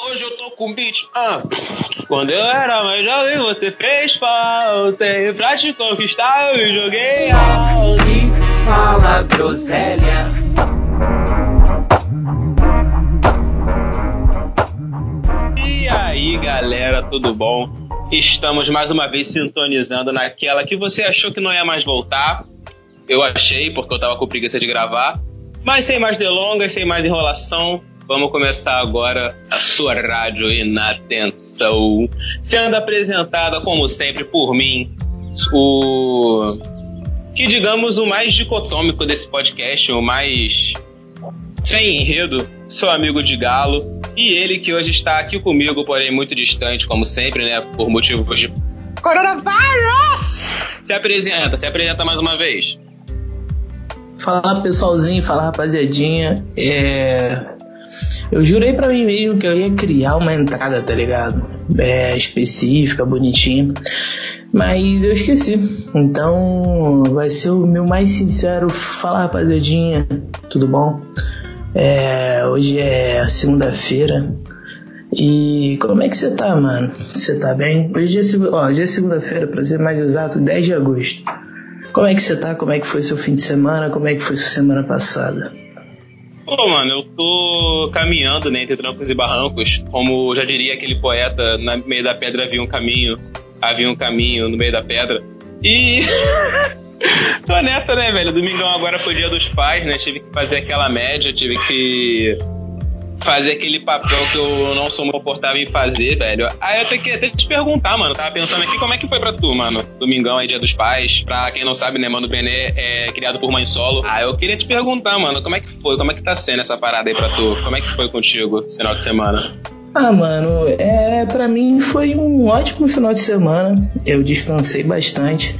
Hoje eu tô com beat. Quando eu era mais jovem, você fez falta. E pra te conquistar, eu me joguei alto. Se fala groselha. E aí, galera, tudo bom? Estamos mais uma vez sintonizando naquela que você achou que não ia mais voltar. Eu achei, porque eu tava com preguiça de gravar. Mas sem mais delongas, sem mais enrolação, vamos começar agora a sua rádio Inatenção, sendo apresentada, como sempre, por mim, o mais dicotômico desse podcast, o mais sem enredo, seu amigo de galo, e ele que hoje está aqui comigo, porém muito distante, como sempre, né, por motivos de coronavírus. Se apresenta mais uma vez. Fala pessoalzinho, fala rapaziadinha. Eu jurei pra mim mesmo que eu ia criar uma entrada, tá ligado? Específica, bonitinha. Mas eu esqueci. Então vai ser o meu mais sincero. Fala rapaziadinha, tudo bom? Hoje é segunda-feira. E como é que você tá, mano? Você tá bem? Hoje é segunda-feira, pra ser mais exato, 10 de agosto. Como é que você tá? Como é que foi seu fim de semana? Como é que foi sua semana passada? Pô, mano, eu tô caminhando, né, entre trancos e barrancos. Como já diria aquele poeta, no meio da pedra havia um caminho no meio da pedra. E tô nessa, né, velho? Domingão agora foi dia dos pais, né? Tive que fazer aquela média, tive que fazer aquele papel que eu não sou confortável em fazer, velho. Aí eu tenho que até te perguntar, mano. Tava pensando aqui, como é que foi pra tu, mano? Domingão aí, dia dos pais. Pra quem não sabe, né, Mano Bené é criado por mãe solo. Eu queria te perguntar, mano, como é que foi? Como é que tá sendo essa parada aí pra tu? Como é que foi contigo esse final de semana? Mano, pra mim foi um ótimo final de semana. Eu descansei bastante.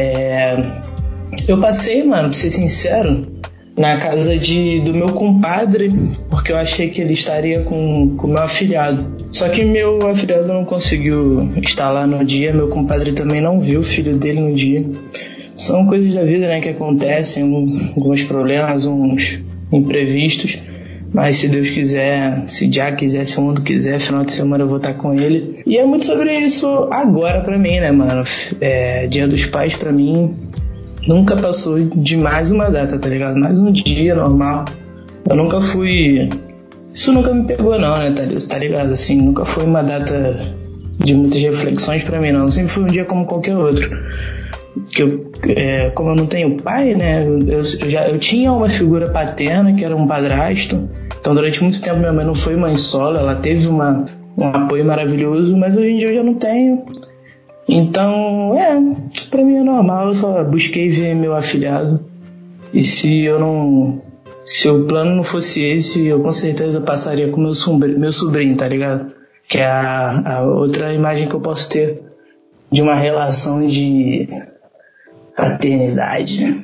Eu passei, mano, pra ser sincero, na casa do meu compadre, porque eu achei que ele estaria com o meu afilhado. Só que meu afilhado não conseguiu estar lá no dia, meu compadre também não viu o filho dele no dia. São coisas da vida, né, que acontecem, alguns problemas, uns imprevistos. Mas se Deus quiser, se Já quiser, se o mundo quiser, final de semana eu vou estar com ele. E é muito sobre isso agora pra mim, né, mano? Dia dos Pais pra mim nunca passou de mais uma data, tá ligado? Mais um dia normal. Eu nunca fui... Isso nunca me pegou não, né, tá ligado? Assim, nunca foi uma data de muitas reflexões pra mim, não. Sempre foi um dia como qualquer outro. Como eu não tenho pai, né, eu tinha uma figura paterna, que era um padrasto. Então durante muito tempo minha mãe não foi mãe solo, ela teve um apoio maravilhoso, mas hoje em dia eu já não tenho. Então, pra mim é normal, eu só busquei ver meu afilhado. E se o plano não fosse esse, eu com certeza passaria com meu sobrinho, tá ligado? Que é a outra imagem que eu posso ter de uma relação de paternidade, né?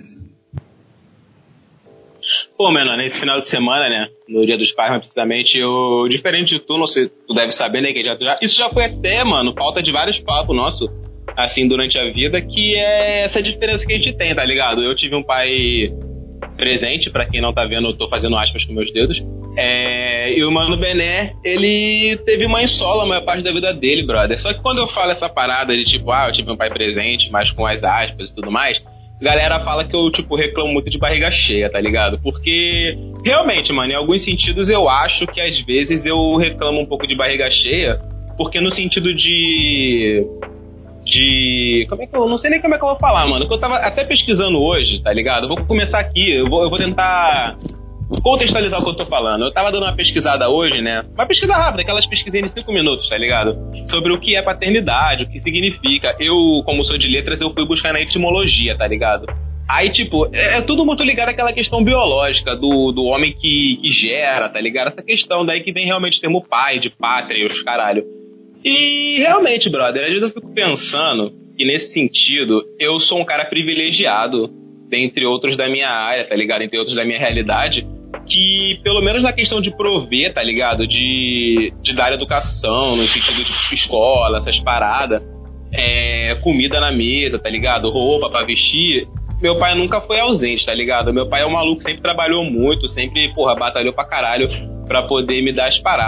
Pô, mano, nesse final de semana, né, no Dia dos Pais, mais precisamente, eu, diferente de tu, não sei, tu deve saber, né, que isso já foi até, mano, pauta de vários papos nossos, assim, durante a vida, que é essa diferença que a gente tem, tá ligado? Eu tive um pai presente, pra quem não tá vendo, eu tô fazendo aspas com meus dedos, e o Mano Bené, ele teve mãe solo a maior parte da vida dele, brother. Só que quando eu falo essa parada de tipo, eu tive um pai presente, mas com as aspas e tudo mais, galera fala que eu, tipo, reclamo muito de barriga cheia, tá ligado? Porque, realmente, mano, em alguns sentidos eu acho que às vezes eu reclamo um pouco de barriga cheia, porque no sentido de como é que eu não sei nem como é que eu vou falar, mano, que eu tava até pesquisando hoje, tá ligado? Eu vou começar aqui, eu vou tentar contextualizar o que eu tô falando. Eu tava dando uma pesquisada hoje, né? Uma pesquisa rápida, aquelas pesquisinhas de 5 minutos, tá ligado? Sobre o que é paternidade, o que significa. Eu, como sou de letras, eu fui buscar na etimologia, tá ligado? Aí, tipo, é tudo muito ligado àquela questão biológica do homem que gera, tá ligado? Essa questão daí que vem realmente o termo pai, de pátria e os caralho. E realmente, brother, às vezes eu fico pensando que nesse sentido eu sou um cara privilegiado, dentre outros da minha área, tá ligado? Entre outros da minha realidade, que pelo menos na questão de prover, tá ligado? De dar educação, no sentido de escola, essas paradas, comida na mesa, tá ligado? Roupa pra vestir. Meu pai nunca foi ausente, tá ligado? Meu pai é um maluco, sempre trabalhou muito, sempre, batalhou pra caralho pra poder me dar as paradas.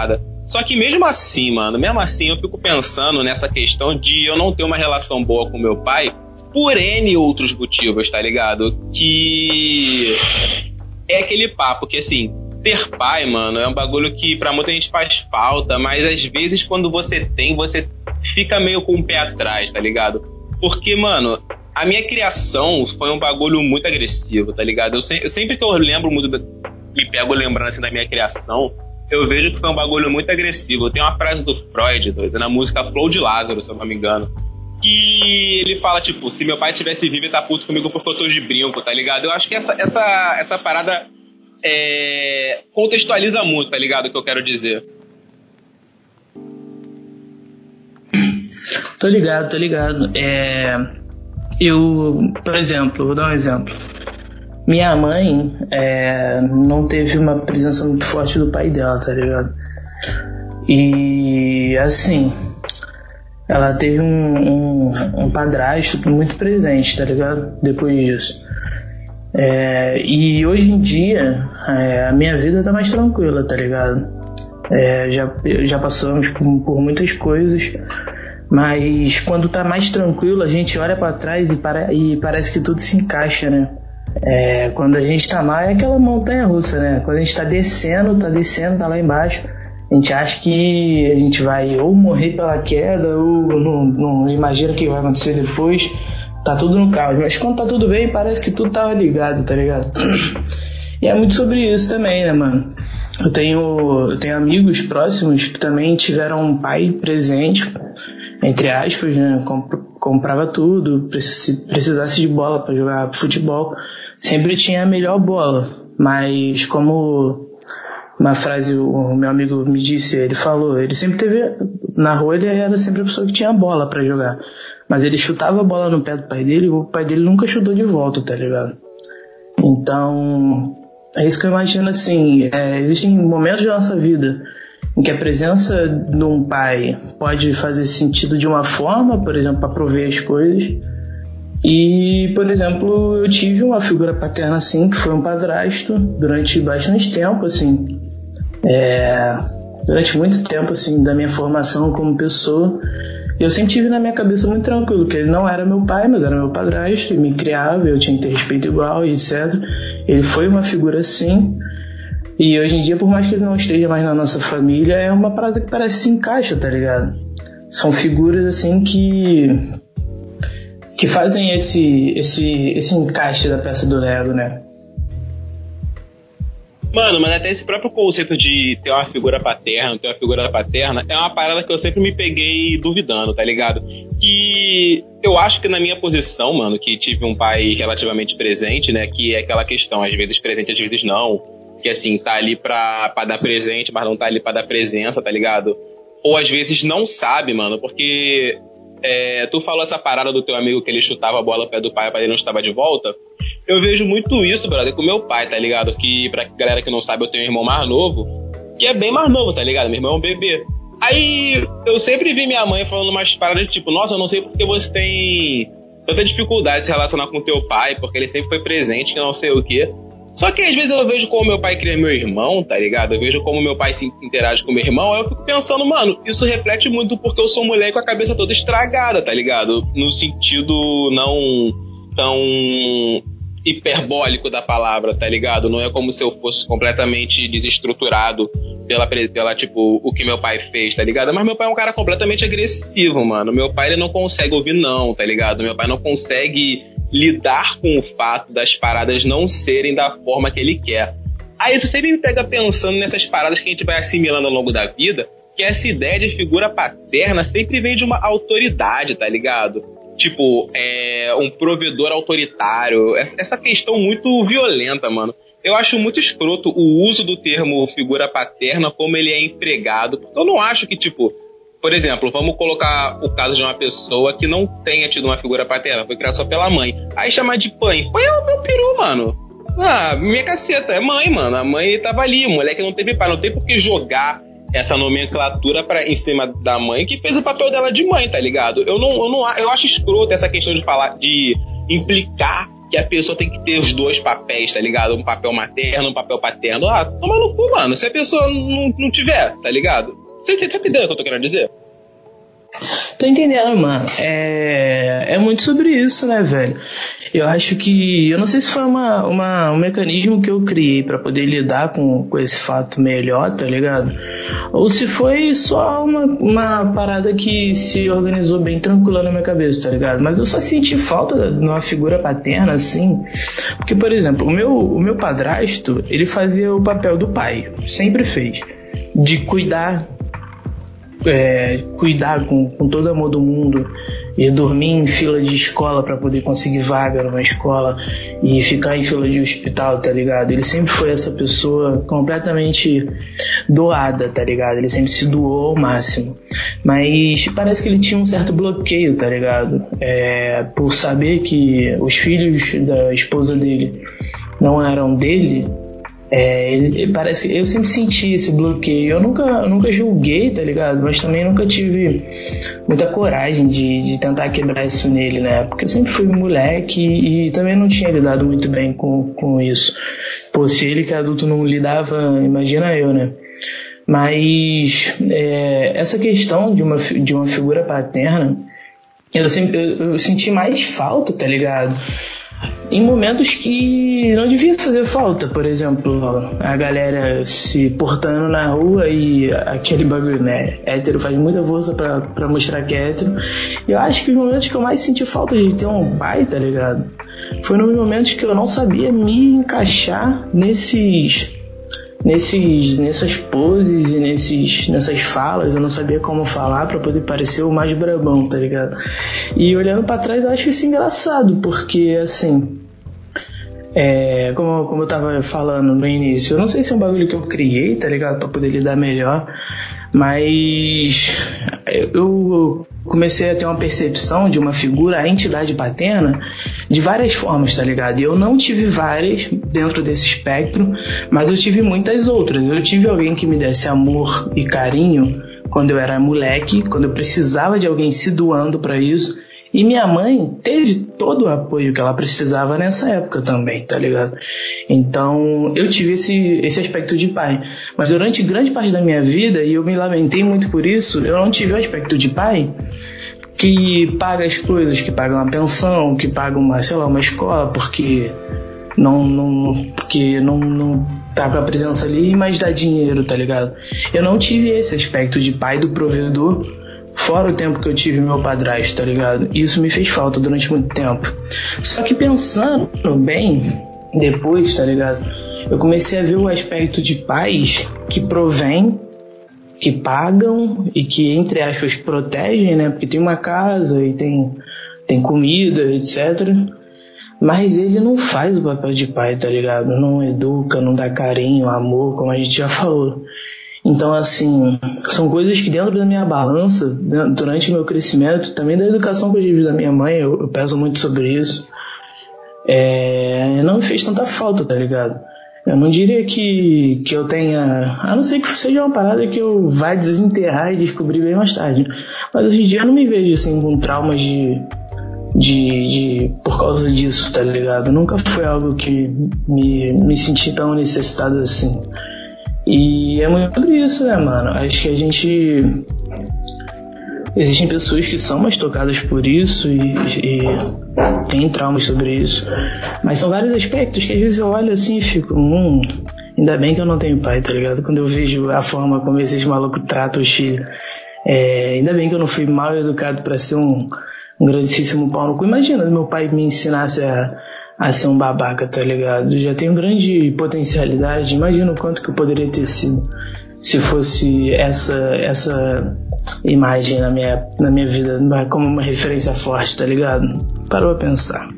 Só que mesmo assim, mano, eu fico pensando nessa questão de eu não ter uma relação boa com meu pai por N outros motivos, tá ligado? Que é aquele papo que, assim, ter pai, mano, é um bagulho que pra muita gente faz falta, mas às vezes quando você tem, você fica meio com o pé atrás, tá ligado? Porque, mano, a minha criação foi um bagulho muito agressivo, tá ligado? Eu sempre que eu lembro muito, me pego lembrando assim da minha criação, eu vejo que foi um bagulho muito agressivo. Tem uma frase do Freud, doido, na música Flor de Lázaro, se eu não me engano, que ele fala, tipo, se meu pai tivesse vivo, ele tá puto comigo porque eu tô de brinco, tá ligado? Eu acho que essa parada contextualiza muito, tá ligado? O que eu quero dizer. Tô ligado. Por exemplo, vou dar um exemplo. Minha mãe não teve uma presença muito forte do pai dela, tá ligado? E, assim, ela teve um padrasto muito presente, tá ligado? Depois disso. E hoje em dia, a minha vida tá mais tranquila, tá ligado? Já passamos por muitas coisas, mas quando tá mais tranquilo, a gente olha pra trás e parece que tudo se encaixa, né? Quando a gente tá mal, é aquela montanha russa, né? Quando a gente tá descendo, tá lá embaixo, a gente acha que a gente vai ou morrer pela queda ou não imagina o que vai acontecer depois, tá tudo no caos. Mas quando tá tudo bem, parece que tudo tava ligado, tá ligado? E é muito sobre isso também, né, mano? Eu tenho amigos próximos que também tiveram um pai presente, entre aspas, né? Comprava tudo, se precisasse de bola para jogar futebol, sempre tinha a melhor bola. Mas como uma frase o meu amigo me disse, ele falou, ele sempre teve, na rua ele era sempre a pessoa que tinha bola para jogar, mas ele chutava a bola no pé do pai dele e o pai dele nunca chutou de volta, tá ligado? Então, é isso que eu imagino, assim, existem momentos da nossa vida em que a presença de um pai pode fazer sentido de uma forma, por exemplo, para prover as coisas. E, por exemplo, eu tive uma figura paterna assim, que foi um padrasto, durante bastante tempo, assim, durante muito tempo, assim, da minha formação como pessoa. Eu sempre tive na minha cabeça muito tranquilo que ele não era meu pai, mas era meu padrasto, e me criava, eu tinha que ter respeito igual e etc. Ele foi uma figura assim. E hoje em dia, por mais que ele não esteja mais na nossa família, é uma parada que parece que se encaixa, tá ligado? São figuras assim que fazem esse encaixe da peça do Lego, né? Mano, mas até esse próprio conceito de ter uma figura paterna, é uma parada que eu sempre me peguei duvidando, tá ligado? Que eu acho que na minha posição, mano, que tive um pai relativamente presente, né, que é aquela questão, às vezes presente, às vezes não, que assim, tá ali pra dar presente, mas não tá ali pra dar presença, tá ligado? Ou às vezes não sabe, mano, porque tu falou essa parada do teu amigo que ele chutava a bola no pé do pai, o pai dele não estava de volta. Eu vejo muito isso, brother, com meu pai, tá ligado? Que pra galera que não sabe, eu tenho um irmão mais novo, que é bem mais novo, tá ligado? Meu irmão é um bebê. Aí eu sempre vi minha mãe falando umas paradas tipo, nossa, eu não sei porque você tem tanta dificuldade de se relacionar com teu pai, porque ele sempre foi presente, que não sei o quê. Só que às vezes eu vejo como meu pai cria meu irmão, tá ligado? Eu vejo como meu pai se interage com meu irmão, aí eu fico pensando, mano, isso reflete muito porque eu sou mulher com a cabeça toda estragada, tá ligado? No sentido não tão hiperbólico da palavra, tá ligado? Não é como se eu fosse completamente desestruturado pela tipo, o que meu pai fez, tá ligado? Mas meu pai é um cara completamente agressivo, mano. Meu pai, ele não consegue ouvir não, tá ligado? Meu pai não consegue lidar com o fato das paradas não serem da forma que ele quer. Aí isso sempre me pega pensando nessas paradas que a gente vai assimilando ao longo da vida, que essa ideia de figura paterna sempre vem de uma autoridade, tá ligado? Tipo, um provedor autoritário, essa questão muito violenta, mano. Eu acho muito escroto o uso do termo figura paterna como ele é empregado, porque eu não acho que, tipo, por exemplo, vamos colocar o caso de uma pessoa que não tenha tido uma figura paterna, foi criada só pela mãe. Aí chamar de mãe. Mãe é o meu peru, mano. Ah, minha caceta, é mãe, mano. A mãe tava ali, o moleque não teve pai. Não tem por que jogar essa nomenclatura em cima da mãe que fez o papel dela de mãe, tá ligado? Eu acho escroto essa questão de falar, de implicar que a pessoa tem que ter os dois papéis, tá ligado? Um papel materno, um papel paterno. Ah, toma no cu, mano. Se a pessoa não tiver, tá ligado? Você tá entendendo o que eu tô querendo dizer? Tô entendendo, mano. É muito sobre isso, né, velho? Eu acho que... Eu não sei se foi um mecanismo que eu criei pra poder lidar com esse fato melhor, tá ligado? Ou se foi só uma parada que se organizou bem tranquila na minha cabeça, tá ligado? Mas eu só senti falta de uma figura paterna, assim. Porque, por exemplo, o meu padrasto, ele fazia o papel do pai. Sempre fez. De cuidar com todo amor do mundo, e dormir em fila de escola para poder conseguir vaga numa escola e ficar em fila de hospital, tá ligado? Ele sempre foi essa pessoa completamente doada, tá ligado? Ele sempre se doou ao máximo. Mas parece que ele tinha um certo bloqueio, tá ligado? Por saber que os filhos da esposa dele não eram dele. Ele parece, eu sempre senti esse bloqueio. Eu nunca julguei, tá ligado? Mas também nunca tive muita coragem de tentar quebrar isso nele, né? Porque eu sempre fui moleque e também não tinha lidado muito bem com isso. Pô, se ele que é adulto não lidava, imagina eu, né? Mas essa questão de uma figura paterna, eu senti mais falta, tá ligado? Em momentos que não devia fazer falta. Por exemplo, a galera se portando na rua e aquele bagulho, né? Hétero faz muita força pra mostrar que é hétero. E eu acho que os momentos que eu mais senti falta de ter um pai, tá ligado? Foi nos momentos que eu não sabia me encaixar nessas poses e nessas falas. Eu não sabia como falar pra poder parecer o mais brabão, tá ligado? E olhando pra trás eu acho isso engraçado, porque assim, como eu tava falando no início, eu não sei se é um bagulho que eu criei, tá ligado, pra poder lidar melhor, mas eu comecei a ter uma percepção de uma figura, a entidade paterna, de várias formas, tá ligado? E eu não tive várias dentro desse espectro, mas eu tive muitas outras. Eu tive alguém que me desse amor e carinho quando eu era moleque, quando eu precisava de alguém se doando pra isso. E minha mãe teve todo o apoio que ela precisava nessa época também, tá ligado? Então eu tive esse aspecto de pai. Mas durante grande parte da minha vida, e eu me lamentei muito por isso, eu não tive o aspecto de pai que paga as coisas, que paga uma pensão, que paga uma escola, porque não tá com a presença ali, mas dá dinheiro, tá ligado? Eu não tive esse aspecto de pai do provedor, fora o tempo que eu tive meu padrasto, tá ligado? Isso me fez falta durante muito tempo. Só que pensando bem, depois, tá ligado? Eu comecei a ver o aspecto de pais que provém, que pagam e que, entre aspas, protegem, né? Porque tem uma casa e tem comida, etc. Mas ele não faz o papel de pai, tá ligado? Não educa, não dá carinho, amor, como a gente já falou. Então, assim, são coisas que dentro da minha balança, durante o meu crescimento, também da educação que eu tive da minha mãe, eu peso muito sobre isso, não me fez tanta falta, tá ligado? Eu não diria que eu tenha... A não ser que seja uma parada que eu vá desenterrar e descobrir bem mais tarde. Mas hoje em dia eu não me vejo, assim, com traumas por causa disso, tá ligado? Nunca foi algo que me senti tão necessitado assim. E é muito sobre isso, né, mano? Acho que existem pessoas que são mais tocadas por isso e têm traumas sobre isso. Mas são vários aspectos que às vezes eu olho assim e fico... ainda bem que eu não tenho pai, tá ligado? Quando eu vejo a forma como esses malucos tratam os filhos. Ainda bem que eu não fui mal educado pra ser um grandíssimo pau no cu. Imagina se meu pai me ensinasse a ser um babaca, tá ligado? Eu já tenho grande potencialidade. Imagina o quanto que eu poderia ter sido se fosse essa imagem na minha vida como uma referência forte, tá ligado? Parou a pensar.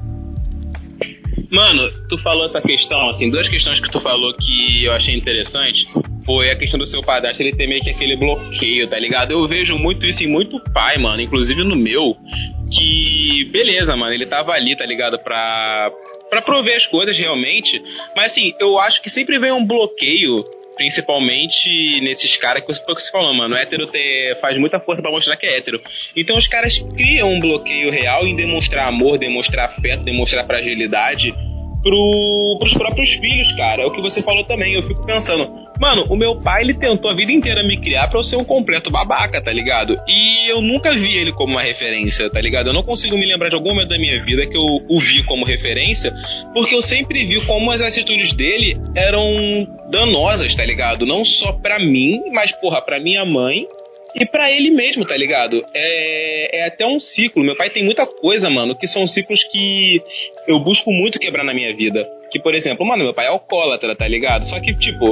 Mano, tu falou essa questão, assim, duas questões que tu falou que eu achei interessante. Foi a questão do seu padrasto, ele ter meio que aquele bloqueio, tá ligado? Eu vejo muito isso em muito pai, mano, inclusive no meu, que, beleza, mano, ele tava ali, tá ligado, pra prover as coisas realmente, mas assim, eu acho que sempre vem um bloqueio, principalmente nesses caras que você falou, mano, o hétero faz muita força pra mostrar que é hétero. Então os caras criam um bloqueio real em demonstrar amor, demonstrar afeto, demonstrar fragilidade pros próprios filhos, cara. É o que você falou também. Eu fico pensando, mano, o meu pai, ele tentou a vida inteira me criar pra eu ser um completo babaca, tá ligado? E eu nunca vi ele como uma referência, tá ligado? Eu não consigo me lembrar de algum momento da minha vida que eu o vi como referência, porque eu sempre vi como as atitudes dele eram danosas, tá ligado? Não só pra mim, mas, porra, pra minha mãe e pra ele mesmo, tá ligado? É até um ciclo. Meu pai tem muita coisa, mano, que são ciclos que eu busco muito quebrar na minha vida. Que, por exemplo, mano, meu pai é alcoólatra, tá ligado? Só que, tipo,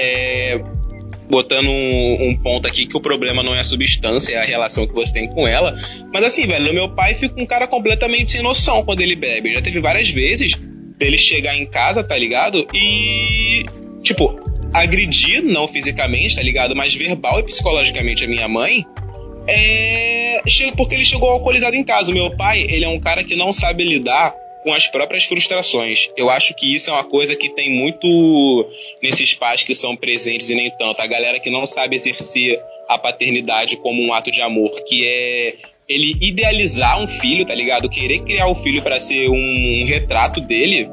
botando um ponto aqui que o problema não é a substância, é a relação que você tem com ela. Mas assim, velho, meu pai fica um cara completamente sem noção quando ele bebe. Já teve várias vezes dele chegar em casa, tá ligado? E, tipo, agredir, não fisicamente, tá ligado? Mas verbal e psicologicamente a minha mãe, porque ele chegou alcoolizado em casa. O meu pai, ele é um cara que não sabe lidar com as próprias frustrações. Eu acho que isso é uma coisa que tem muito nesses pais que são presentes e nem tanto. A galera que não sabe exercer a paternidade como um ato de amor, que é ele idealizar um filho, tá ligado? Querer criar o filho pra ser um retrato dele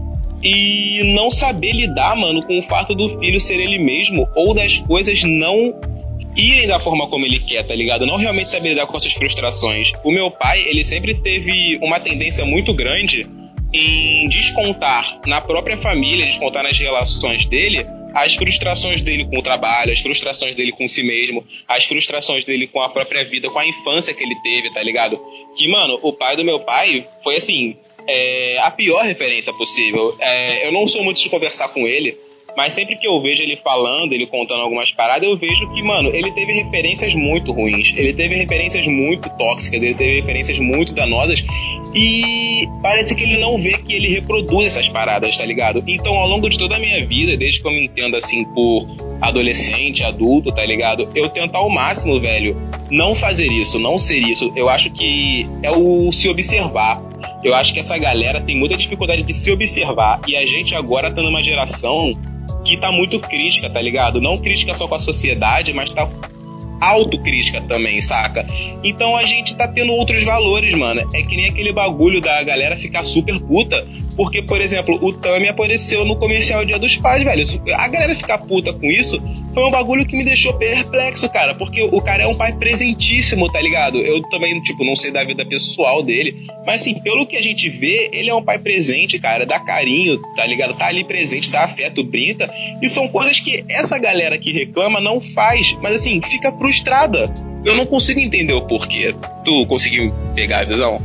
e não saber lidar, mano, com o fato do filho ser ele mesmo ou das coisas não irem da forma como ele quer, tá ligado? Não realmente saber lidar com essas frustrações. O meu pai, ele sempre teve uma tendência muito grande em descontar na própria família, descontar nas relações dele, as frustrações dele com o trabalho, as frustrações dele com si mesmo, as frustrações dele com a própria vida, com a infância que ele teve, tá ligado? Que, mano, o pai do meu pai foi, assim, a pior referência possível. Eu não sou muito de conversar com ele, mas sempre que eu vejo ele falando, ele contando algumas paradas, eu vejo que, mano, ele teve referências muito ruins, ele teve referências muito tóxicas, ele teve referências muito danosas, e parece que ele não vê que ele reproduz essas paradas, tá ligado? Então, ao longo de toda a minha vida, desde que eu me entendo, assim, por adolescente, adulto, tá ligado? Eu tento ao máximo, velho, não fazer isso, não ser isso. Eu acho que é o se observar. Eu acho que essa galera tem muita dificuldade de se observar, e a gente agora tá numa geração que tá muito crítica, tá ligado? Não crítica só com a sociedade, mas tá autocrítica também, saca? Então a gente tá tendo outros valores, mano. É que nem aquele bagulho da galera ficar super puta porque, por exemplo, o Tami apareceu no comercial Dia dos Pais, velho. A galera ficar puta com isso foi um bagulho que me deixou perplexo, cara, porque o cara é um pai presentíssimo, tá ligado? Eu também, tipo, não sei da vida pessoal dele, mas assim, pelo que a gente vê, ele é um pai presente, cara, dá carinho, tá ligado? Tá ali presente, dá afeto, brinca, e são coisas que essa galera que reclama não faz, mas assim, fica frustrada. Eu não consigo entender o porquê. Tu conseguiu pegar a visão?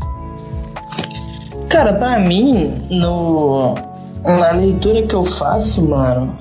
Cara, pra mim, na leitura que eu faço, mano,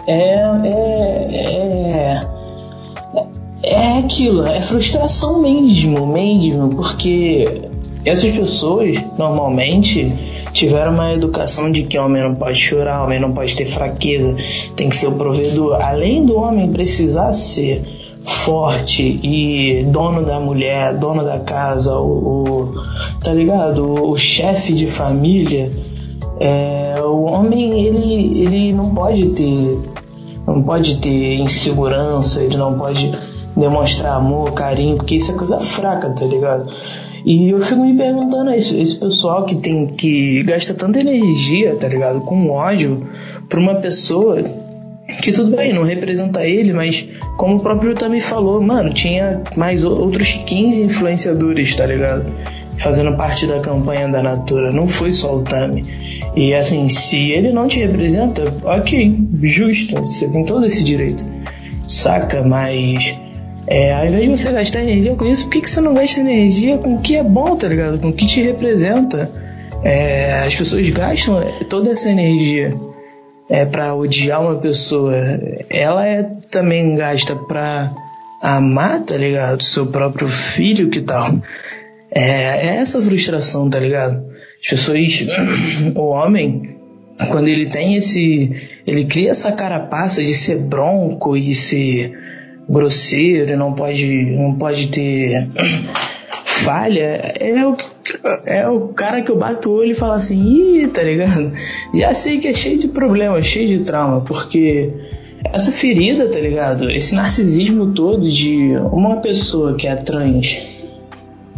é aquilo, é frustração mesmo, porque essas pessoas, normalmente, tiveram uma educação de que homem não pode chorar, homem não pode ter fraqueza, tem que ser o provedor. Além do homem precisar ser forte e dono da mulher, dono da casa, tá ligado? O chefe de família, o homem, ele não pode ter insegurança, ele não pode demonstrar amor, carinho, porque isso é coisa fraca, tá ligado? E eu fico me perguntando esse pessoal que gasta tanta energia, tá ligado, com ódio pra uma pessoa que, tudo bem, não representa ele, mas como o próprio Tami falou, mano, tinha mais outros 15 influenciadores, tá ligado, fazendo parte da campanha da Natura, não foi só o Tami. E assim, se ele não te representa, ok, justo, você tem todo esse direito, saca? Mas ao invés de você gastar energia com isso, por que você não gasta energia com o que é bom, tá ligado? Com o que te representa? As pessoas gastam toda essa energia pra odiar uma pessoa. Ela também gasta pra amar, tá ligado? Seu próprio filho, que tal? É essa frustração, tá ligado? As pessoas, o homem, quando ele tem ele cria essa carapaça de ser bronco e ser grosseiro, não pode ter falha, é o cara que eu bato o olho e falo assim, ih, tá ligado? Já sei que é cheio de problema, cheio de trauma, porque essa ferida, tá ligado? Esse narcisismo todo de uma pessoa que é trans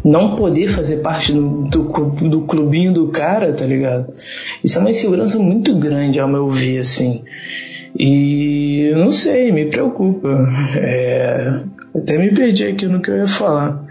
não poder fazer parte do clubinho do cara, tá ligado? Isso é uma insegurança muito grande, ao meu ver, assim. E não sei, me preocupa. Até me perdi aqui no que eu ia falar.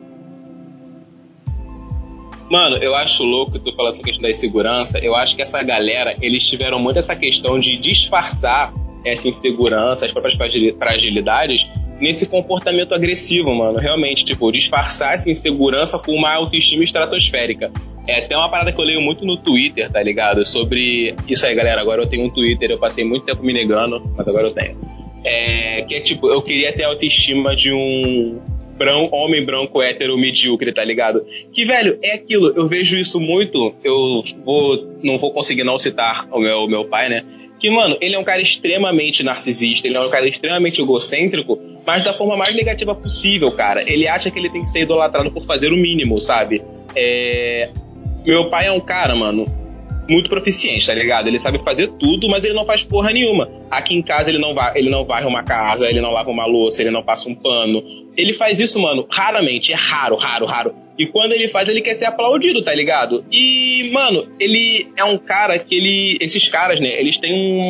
Mano, eu acho louco tu falar essa questão da insegurança. Eu acho que essa galera, eles tiveram muito essa questão de disfarçar essa insegurança, as próprias fragilidades, nesse comportamento agressivo, mano. Realmente, tipo, disfarçar essa insegurança com uma autoestima estratosférica. É até uma parada que eu leio muito no Twitter, tá ligado? Sobre isso aí, galera. Agora eu tenho um Twitter, eu passei muito tempo me negando, mas agora eu tenho. Que é tipo, eu queria ter a autoestima de um homem branco hétero medíocre, tá ligado? Que, velho, é aquilo, eu vejo isso muito. Não vou conseguir não citar o meu pai, né? Que, mano, ele é um cara extremamente narcisista, ele é um cara extremamente egocêntrico, mas da forma mais negativa possível, cara. Ele acha que ele tem que ser idolatrado por fazer o mínimo, sabe? Meu pai é um cara, mano, muito proficiente, tá ligado? Ele sabe fazer tudo, mas ele não faz porra nenhuma. Aqui em casa ele não varre uma casa, ele não lava uma louça, ele não passa um pano. Ele faz isso, mano, raramente, é raro. E quando ele faz, ele quer ser aplaudido, tá ligado? E, mano, ele é um cara que esses caras, né, eles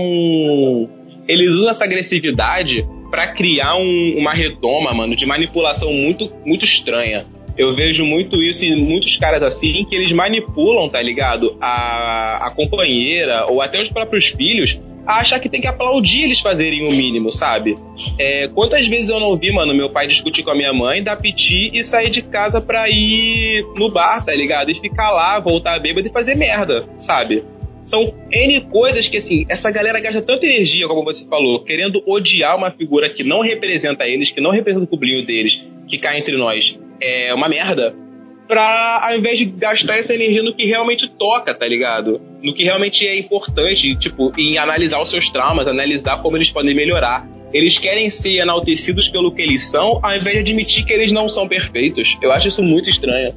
usam essa agressividade pra criar uma redoma, mano, de manipulação muito, muito estranha. Eu vejo muito isso em muitos caras assim, que eles manipulam, tá ligado? A companheira ou até os próprios filhos a achar que tem que aplaudir eles fazerem o mínimo, sabe? Quantas vezes eu não vi, mano, meu pai discutir com a minha mãe, dar piti e sair de casa pra ir no bar, tá ligado? E ficar lá, voltar bêbado e fazer merda, sabe? São N coisas que, assim, essa galera gasta tanta energia, como você falou, querendo odiar uma figura que não representa eles, que não representa o clubinho deles, que cá entre nós é uma merda, ao invés de gastar essa energia no que realmente toca, tá ligado? No que realmente é importante, tipo, em analisar os seus traumas, analisar como eles podem melhorar. Eles querem ser enaltecidos pelo que eles são, ao invés de admitir que eles não são perfeitos. Eu acho isso muito estranho.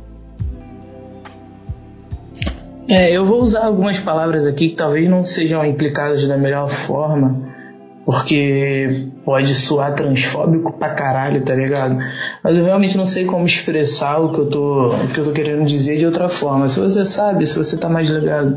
Eu vou usar algumas palavras aqui que talvez não sejam implicadas da melhor forma, porque pode soar transfóbico pra caralho, tá ligado? Mas eu realmente não sei como expressar o que eu tô querendo dizer de outra forma. Se você sabe, se você tá mais ligado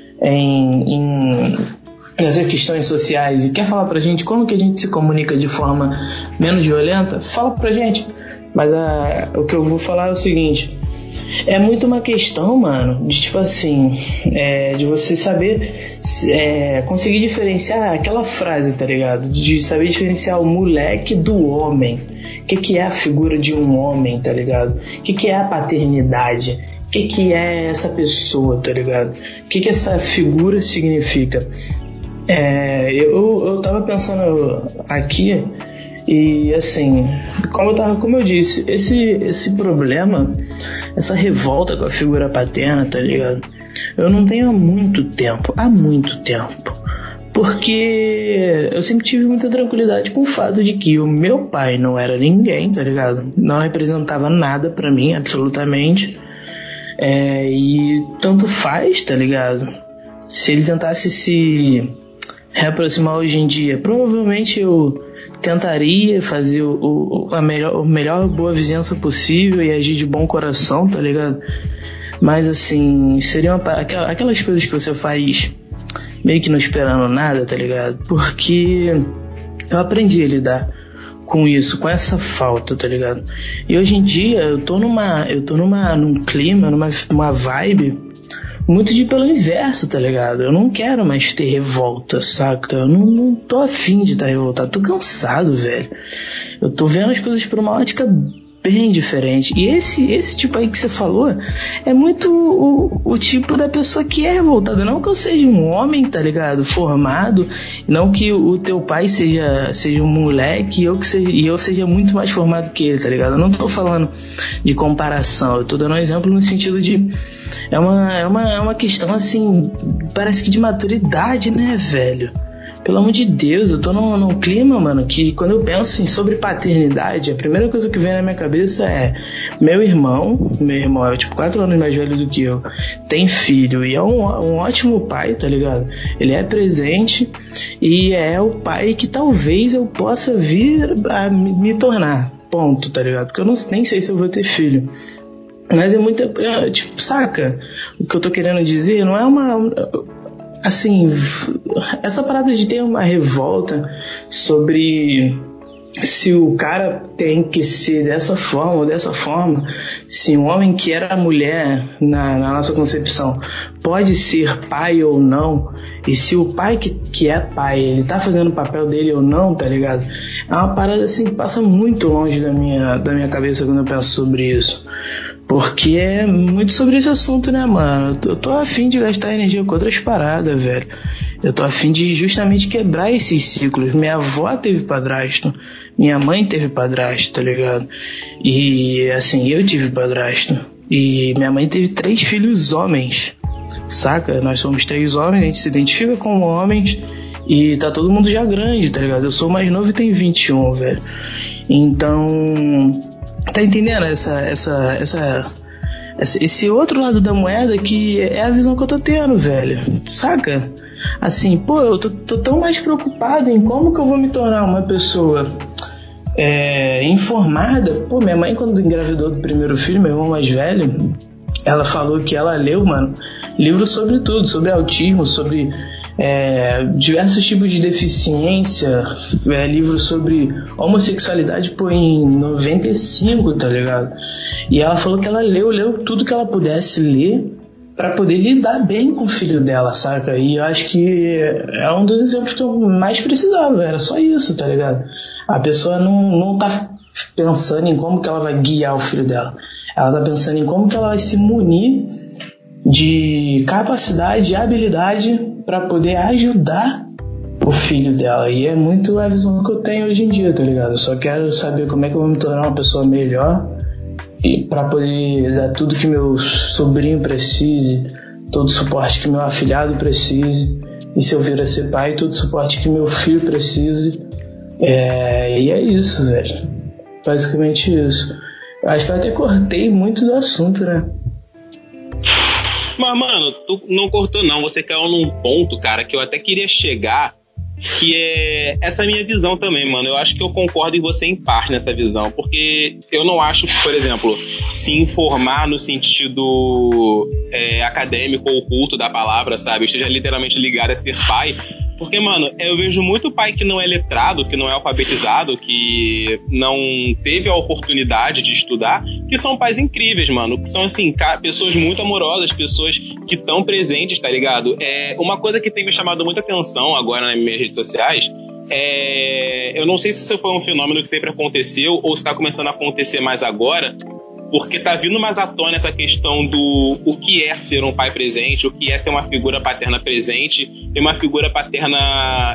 nessas questões sociais e quer falar pra gente como que a gente se comunica de forma menos violenta, fala pra gente. Mas o que eu vou falar é o seguinte: é muito uma questão, mano, de tipo assim, de você saber conseguir diferenciar aquela frase, tá ligado? De saber diferenciar o moleque do homem. O que é a figura de um homem, tá ligado? O que é a paternidade? O que é essa pessoa, tá ligado? O que essa figura significa? Eu tava pensando aqui. E assim, como eu disse, esse problema, essa revolta com a figura paterna, tá ligado? Eu não tenho há muito tempo, porque eu sempre tive muita tranquilidade com o fato de que o meu pai não era ninguém, tá ligado? Não representava nada pra mim, absolutamente. E tanto faz, tá ligado? Se ele tentasse se reaproximar hoje em dia, provavelmente eu tentaria fazer a melhor boa vizinhança possível e agir de bom coração, tá ligado? Mas assim, seriam aquelas coisas que você faz meio que não esperando nada, tá ligado? Porque eu aprendi a lidar com isso, com essa falta, tá ligado? E hoje em dia eu tô num clima, numa vibe muito pelo inverso, tá ligado? Eu não quero mais ter revolta, saca? Eu não tô afim de estar revoltado, tô cansado, velho. Eu tô vendo as coisas por uma ótica bem diferente. E esse tipo aí que você falou é muito o tipo da pessoa que é revoltada. Não que eu seja um homem, tá ligado? Formado, não que o teu pai seja um moleque e eu seja muito mais formado que ele, tá ligado? Eu não tô falando de comparação, eu tô dando um exemplo no sentido de é uma questão assim, parece que de maturidade, né, velho? Pelo amor de Deus, eu tô num clima, mano, que quando eu penso assim, sobre paternidade, a primeira coisa que vem na minha cabeça é meu irmão é tipo 4 anos mais velho do que eu, tem filho e é um ótimo pai, tá ligado? Ele é presente e é o pai que talvez eu possa vir a me tornar, ponto, tá ligado? Porque eu nem sei se eu vou ter filho. Mas é muito... tipo, saca? O que eu tô querendo dizer não é uma... Assim, essa parada de ter uma revolta sobre se o cara tem que ser dessa forma ou dessa forma, se um homem que era mulher na nossa concepção pode ser pai ou não, e se o pai que é pai, ele tá fazendo o papel dele ou não, tá ligado? É uma parada assim que passa muito longe da minha cabeça quando eu penso sobre isso. Porque é muito sobre esse assunto, né, mano? Eu tô afim de gastar energia com outras paradas, velho. Eu tô afim de justamente quebrar esses ciclos. Minha avó teve padrasto, minha mãe teve padrasto, tá ligado? E, assim, eu tive padrasto. E minha mãe teve 3 filhos homens, saca? Nós somos 3 homens, a gente se identifica como homens e tá todo mundo já grande, tá ligado? Eu sou o mais novo e tenho 21, velho. Então... Tá entendendo esse outro lado da moeda que é a visão que eu tô tendo, velho? Saca? Assim, pô, eu tô tão mais preocupado em como que eu vou me tornar uma pessoa informada. Pô, minha mãe, quando engravidou do primeiro filho, meu irmão mais velho, ela falou que ela leu, mano, livros sobre tudo, sobre autismo, sobre diversos tipos de deficiência, livros sobre homossexualidade, pô, em 95, tá ligado? E ela falou que ela leu tudo que ela pudesse ler pra poder lidar bem com o filho dela, saca? E eu acho que é um dos exemplos que eu mais precisava, era só isso, tá ligado? A pessoa não tá pensando em como que ela vai guiar o filho dela, ela tá pensando em como que ela vai se munir de capacidade e habilidade para poder ajudar o filho dela. E é muito a visão que eu tenho hoje em dia, tá ligado? Eu só quero saber como é que eu vou me tornar uma pessoa melhor e para poder dar tudo que meu sobrinho precise, todo o suporte que meu afilhado precise, e se eu vir a ser pai, todo o suporte que meu filho precise. E é isso, velho. Basicamente isso. Acho que eu até cortei muito do assunto, né? Mas, mano, tu não cortou não, você caiu num ponto, cara, que eu até queria chegar, que é essa minha visão também, mano. Eu acho que eu concordo em você em parte nessa visão, porque eu não acho que, por exemplo, se informar no sentido acadêmico ou culto da palavra, sabe, esteja literalmente ligado a ser pai. Porque, mano, eu vejo muito pai que não é letrado, que não é alfabetizado, que não teve a oportunidade de estudar, que são pais incríveis, mano. Que são, assim, pessoas muito amorosas, pessoas que estão presentes, tá ligado? Uma coisa que tem me chamado muita atenção agora nas minhas redes sociais eu não sei se isso foi um fenômeno que sempre aconteceu ou se tá começando a acontecer mais agora, porque tá vindo mais à tona essa questão do o que é ser um pai presente, o que é ser uma figura paterna presente e uma figura paterna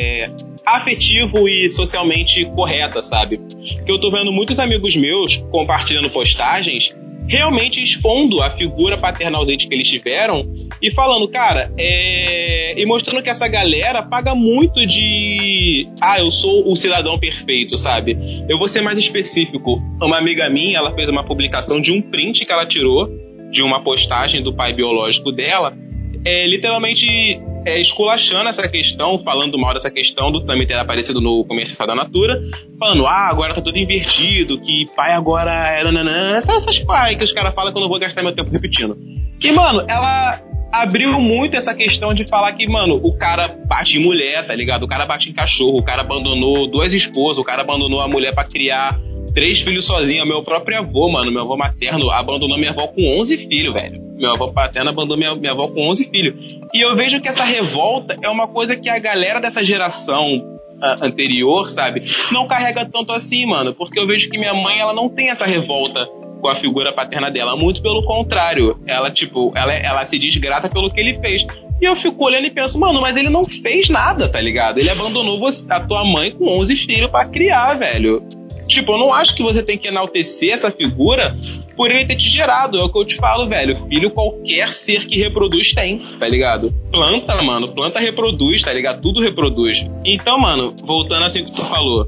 afetivo e socialmente correta, sabe? Que eu tô vendo muitos amigos meus compartilhando postagens realmente expondo a figura paterna ausente que eles tiveram e falando, cara, e mostrando que essa galera paga muito de eu sou o cidadão perfeito, sabe? Eu vou ser mais específico. Uma amiga minha, ela fez uma publicação de um print que ela tirou de uma postagem do pai biológico dela, literalmente esculachando essa questão, falando mal dessa questão do também ter aparecido no comercial da Natura, falando, agora tá tudo invertido, que pai agora essas pai que os caras falam que eu não vou gastar meu tempo repetindo. Que, mano, ela abriu muito essa questão de falar que, mano, o cara bate em mulher, tá ligado? O cara bate em cachorro, o cara abandonou 2 esposas, o cara abandonou a mulher pra criar 3 filhos sozinho. Meu próprio avô, mano, meu avô materno abandonou minha avó com 11 filhos, velho. Meu avô paterno abandonou minha avó com 11 filhos. E eu vejo que essa revolta é uma coisa que a galera dessa geração anterior, sabe, não carrega tanto assim, mano. Porque eu vejo que minha mãe, ela não tem essa revolta com a figura paterna dela. Muito pelo contrário. Ela, tipo, ela se diz grata pelo que ele fez. E eu fico olhando e penso, mano, mas ele não fez nada, tá ligado? Ele abandonou a tua mãe com 11 filhos pra criar, velho. Tipo, eu não acho que você tem que enaltecer essa figura por ele ter te gerado. É o que eu te falo, velho. Filho qualquer ser que reproduz tem, tá ligado? Planta, mano. Planta reproduz, tá ligado? Tudo reproduz. Então, mano, voltando assim ao que tu falou,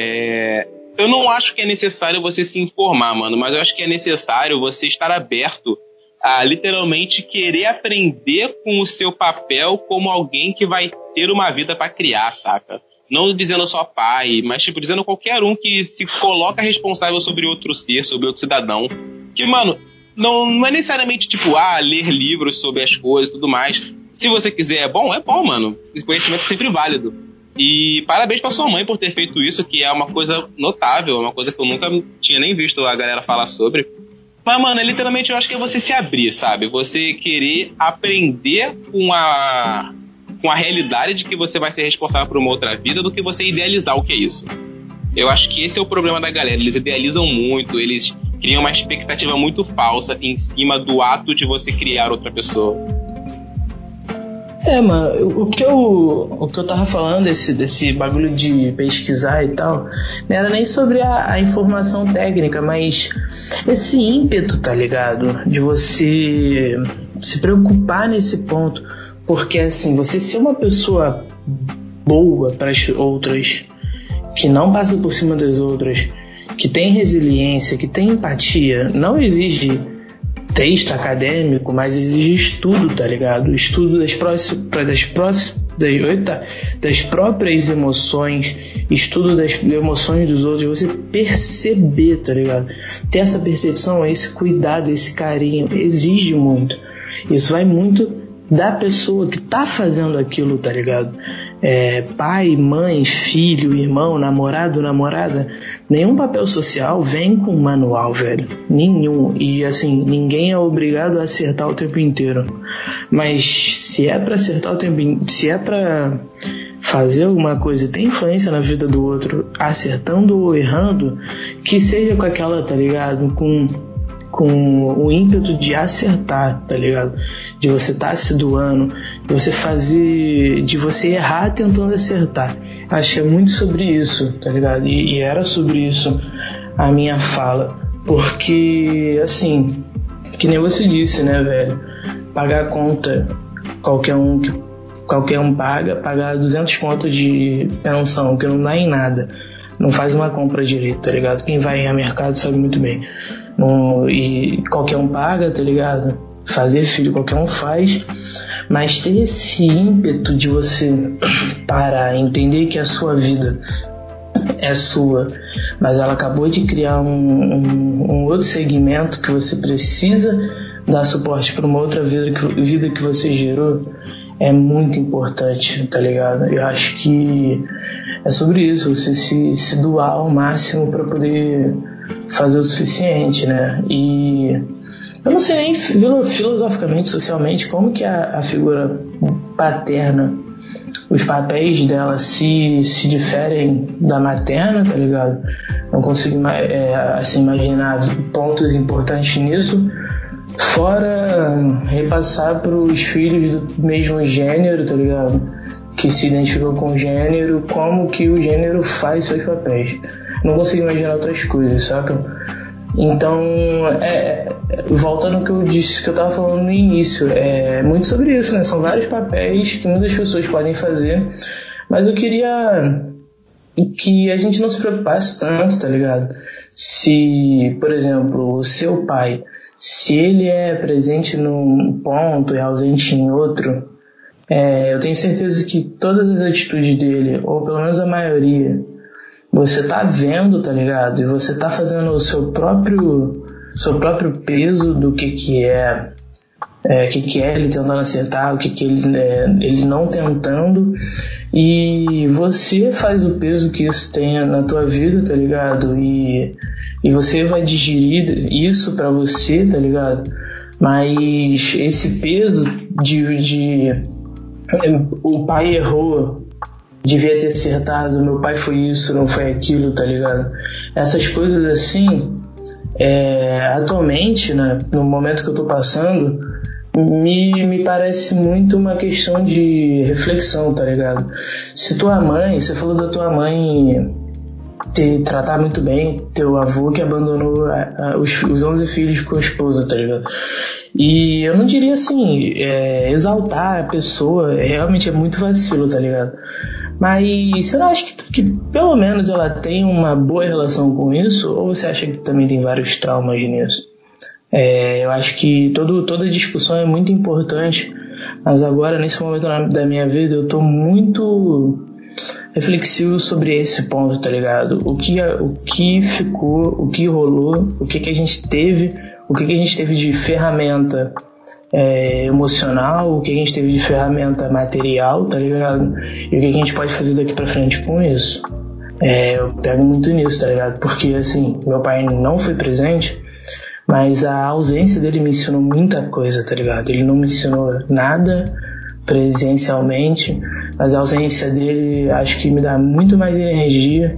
eu não acho que é necessário você se informar, mano, mas eu acho que é necessário você estar aberto a literalmente querer aprender com o seu papel como alguém que vai ter uma vida pra criar, saca? Não dizendo só pai, mas tipo, dizendo qualquer um que se coloca responsável sobre outro ser, sobre outro cidadão. Que, mano, não é necessariamente, tipo, ler livros sobre as coisas e tudo mais. Se você quiser, é bom, mano. O conhecimento é sempre válido. E parabéns pra sua mãe por ter feito isso, que é uma coisa notável, uma coisa que eu nunca tinha nem visto a galera falar sobre. Mas, mano, literalmente eu acho que é você se abrir, sabe? Você querer aprender com a realidade de que você vai ser responsável por uma outra vida do que você idealizar o que é isso. Eu acho que esse é o problema da galera. Eles idealizam muito, eles criam uma expectativa muito falsa em cima do ato de você criar outra pessoa. Mano, o que eu tava falando desse bagulho de pesquisar e tal, não era nem sobre a informação técnica, mas esse ímpeto, tá ligado? De você se preocupar nesse ponto, porque assim, você ser uma pessoa boa para as outras, que não passa por cima das outras, que tem resiliência, que tem empatia, não exige texto acadêmico, mas exige estudo, tá ligado? Estudo das próprias emoções, estudo das emoções dos outros, você perceber, tá ligado? Ter essa percepção, esse cuidado, esse carinho, exige muito. Isso vai muito da pessoa que tá fazendo aquilo, tá ligado? Pai, mãe, filho, irmão, namorado, namorada, nenhum papel social vem com manual, velho. Nenhum. E assim, ninguém é obrigado a acertar o tempo inteiro. Mas se é pra acertar o tempo inteiro, se é pra fazer alguma coisa e ter influência na vida do outro, acertando ou errando, que seja com aquela, tá ligado? Com o ímpeto de acertar, tá ligado? De você estar se doando, de você fazer, de você errar tentando acertar. Acho que é muito sobre isso, tá ligado? E era sobre isso a minha fala, porque assim, que nem você disse, né, velho? Pagar a conta, qualquer um pagar 200 contos de pensão, que não dá em nada, não faz uma compra direito, tá ligado? Quem vai ao mercado sabe muito bem. E qualquer um paga, tá ligado? Fazer filho qualquer um faz, mas ter esse ímpeto de você parar, entender que a sua vida é sua, mas ela acabou de criar um outro segmento que você precisa dar suporte para uma outra vida que você gerou, é muito importante, tá ligado? Eu acho que é sobre isso, você se doar ao máximo para poder fazer o suficiente, né? E eu não sei nem filosoficamente, socialmente, como que a figura paterna, os papéis dela se diferem da materna, tá ligado? Não consigo assim, imaginar pontos importantes nisso, fora repassar para os filhos do mesmo gênero, tá ligado? Que se identificam com o gênero, como que o gênero faz seus papéis. Não consigo imaginar outras coisas, saca? Então, voltando ao que eu disse, que eu tava falando no início, é muito sobre isso, né? São vários papéis que muitas pessoas podem fazer, mas eu queria que a gente não se preocupasse tanto, tá ligado? Se, por exemplo, o seu pai, se ele é presente num ponto e ausente em outro, eu tenho certeza que todas as atitudes dele, ou pelo menos a maioria, você tá vendo, tá ligado? E você tá fazendo o seu próprio peso do que é ele tentando acertar, o que ele não tentando, e você faz o peso que isso tenha na tua vida, tá ligado? E você vai digerir isso pra você, tá ligado? Mas esse peso de o pai errou, devia ter acertado, meu pai foi isso, não foi aquilo, tá ligado? Essas coisas assim, atualmente, né, no momento que eu tô passando, me parece muito uma questão de reflexão, tá ligado? Se tua mãe, você falou da tua mãe tratar muito bem teu avô que abandonou os 11 filhos com a esposa, tá ligado? E eu não diria assim, exaltar a pessoa, realmente é muito vacilo, tá ligado? Mas você não acha que pelo menos ela tem uma boa relação com isso? Ou você acha que também tem vários traumas nisso? Eu acho que toda discussão é muito importante, mas agora, nesse momento da minha vida, eu tô muito reflexivo sobre esse ponto, tá ligado? O que ficou, o que rolou, o que a gente teve, o que a gente teve de ferramenta emocional, o que a gente teve de ferramenta material, tá ligado? E o que a gente pode fazer daqui pra frente com isso. Eu pego muito nisso, tá ligado? Porque, assim, meu pai não foi presente, mas a ausência dele me ensinou muita coisa, tá ligado? Ele não me ensinou nada presencialmente, mas a ausência dele acho que me dá muito mais energia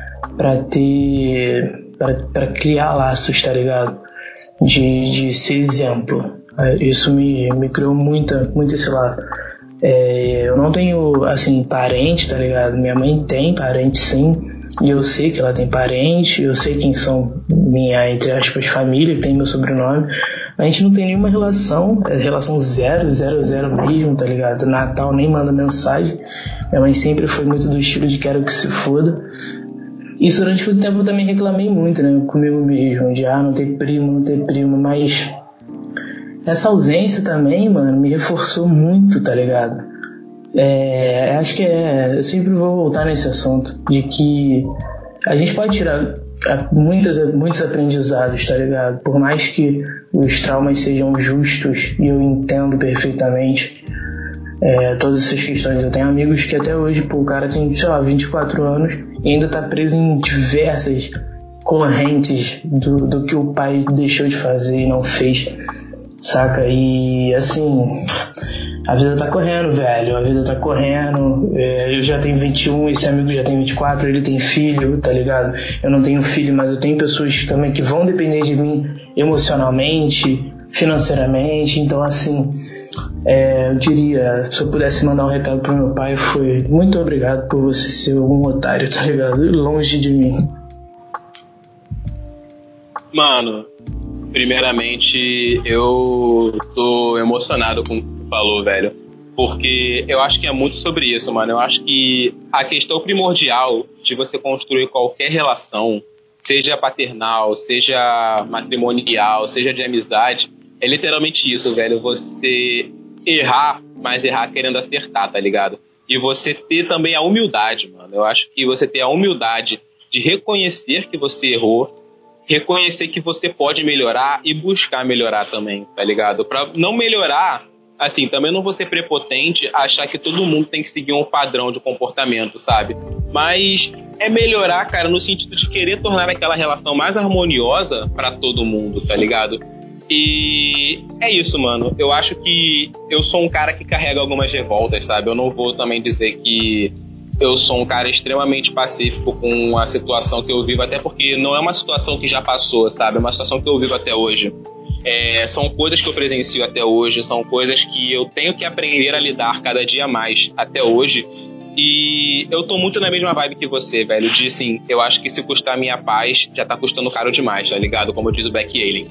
pra criar laços, tá ligado? De ser exemplo. Isso me criou muito esse lado. Eu não tenho, assim, parente, tá ligado? Minha mãe tem parente, sim, e eu sei que ela tem parente, eu sei quem são minha, entre aspas, família, que tem meu sobrenome. A gente não tem nenhuma relação, relação 0 mesmo, tá ligado? Natal nem manda mensagem. Minha mãe sempre foi muito do estilo de quero que se foda. Isso durante muito tempo eu também reclamei muito, né, comigo mesmo, de não ter primo, mas essa ausência também, mano, me reforçou muito, tá ligado? Acho que eu sempre vou voltar nesse assunto, de que a gente pode tirar muitos aprendizados, tá ligado? Por mais que os traumas sejam justos, e eu entendo perfeitamente todas essas questões. Eu tenho amigos que até hoje, o cara tem, sei lá, 24 anos e ainda tá preso em diversas correntes do que o pai deixou de fazer e não fez, saca? E assim, a vida tá correndo, velho, a vida tá correndo. Eu já tenho 21, esse amigo já tem 24, ele tem filho, tá ligado? Eu não tenho filho, mas eu tenho pessoas também que vão depender de mim emocionalmente, financeiramente. Então, assim, eu diria, se eu pudesse mandar um recado pro meu pai, foi: muito obrigado por você ser algum otário, tá ligado? Longe de mim. Mano, primeiramente, eu tô emocionado com o que tu falou, velho. Porque eu acho que é muito sobre isso, mano. Eu acho que a questão primordial de você construir qualquer relação, seja paternal, seja matrimonial, seja de amizade, é literalmente isso, velho. Você errar, mas errar querendo acertar, tá ligado? E você ter também a humildade, mano. Eu acho que você ter a humildade de reconhecer que você errou, reconhecer que você pode melhorar e buscar melhorar também, tá ligado? Pra não melhorar, assim, também não vou ser prepotente, achar que todo mundo tem que seguir um padrão de comportamento, sabe? Mas é melhorar, cara, no sentido de querer tornar aquela relação mais harmoniosa pra todo mundo, tá ligado? E é isso, mano. Eu acho que eu sou um cara que carrega algumas revoltas, sabe? Eu não vou também dizer que eu sou um cara extremamente pacífico com a situação que eu vivo, até porque não é uma situação que já passou, sabe? É uma situação que eu vivo até hoje. São coisas que eu presencio até hoje, são coisas que eu tenho que aprender a lidar cada dia mais até hoje. E eu tô muito na mesma vibe que você, velho. De, assim, eu acho que se custar minha paz, já tá custando caro demais, tá ligado? Como diz o Beck Allen.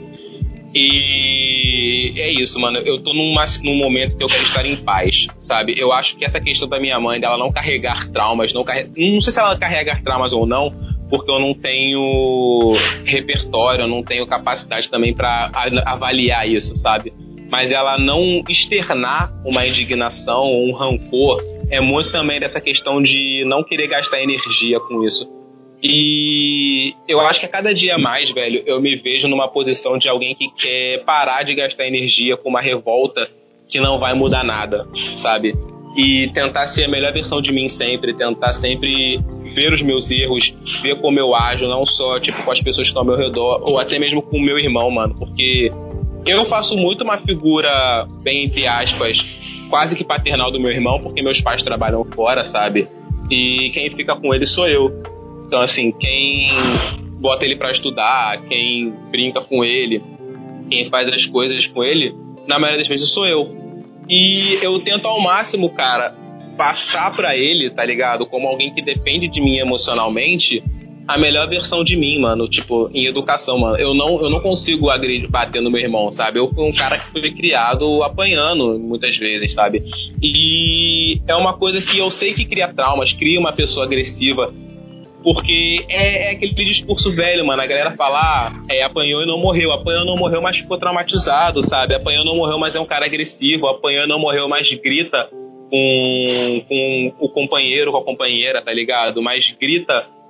E é isso, mano. Eu tô num momento que eu quero estar em paz, sabe? Eu acho que essa questão da minha mãe, dela não carregar traumas, não sei se ela carrega traumas ou não, porque eu não tenho repertório, eu não tenho capacidade também pra avaliar isso, sabe? Mas ela não externar uma indignação ou um rancor é muito também dessa questão de não querer gastar energia com isso. E eu acho que a cada dia mais, velho, eu me vejo numa posição de alguém que quer parar de gastar energia com uma revolta que não vai mudar nada, sabe? E tentar ser a melhor versão de mim sempre, tentar sempre ver os meus erros, ver como eu ajo, não só, tipo, com as pessoas que estão ao meu redor, ou até mesmo com o meu irmão, mano, porque eu faço muito uma figura, bem entre aspas, quase que paternal do meu irmão, porque meus pais trabalham fora, sabe? E quem fica com ele sou eu. Então, assim, quem bota ele pra estudar, quem brinca com ele, quem faz as coisas com ele, na maioria das vezes sou eu. E eu tento ao máximo, cara, passar pra ele, tá ligado? Como alguém que depende de mim emocionalmente, a melhor versão de mim, mano. Tipo, em educação, mano. Eu não consigo bater no meu irmão, sabe? Eu fui um cara que foi criado apanhando muitas vezes, sabe? E é uma coisa que eu sei que cria traumas, cria uma pessoa agressiva. Porque é aquele discurso velho, mano. A galera fala, apanhou e não morreu. Apanhou e não morreu, mas ficou traumatizado, sabe? Apanhou e não morreu, mas é um cara agressivo. Apanhou e não morreu, mas grita com o companheiro, com a companheira, tá ligado? Mas grita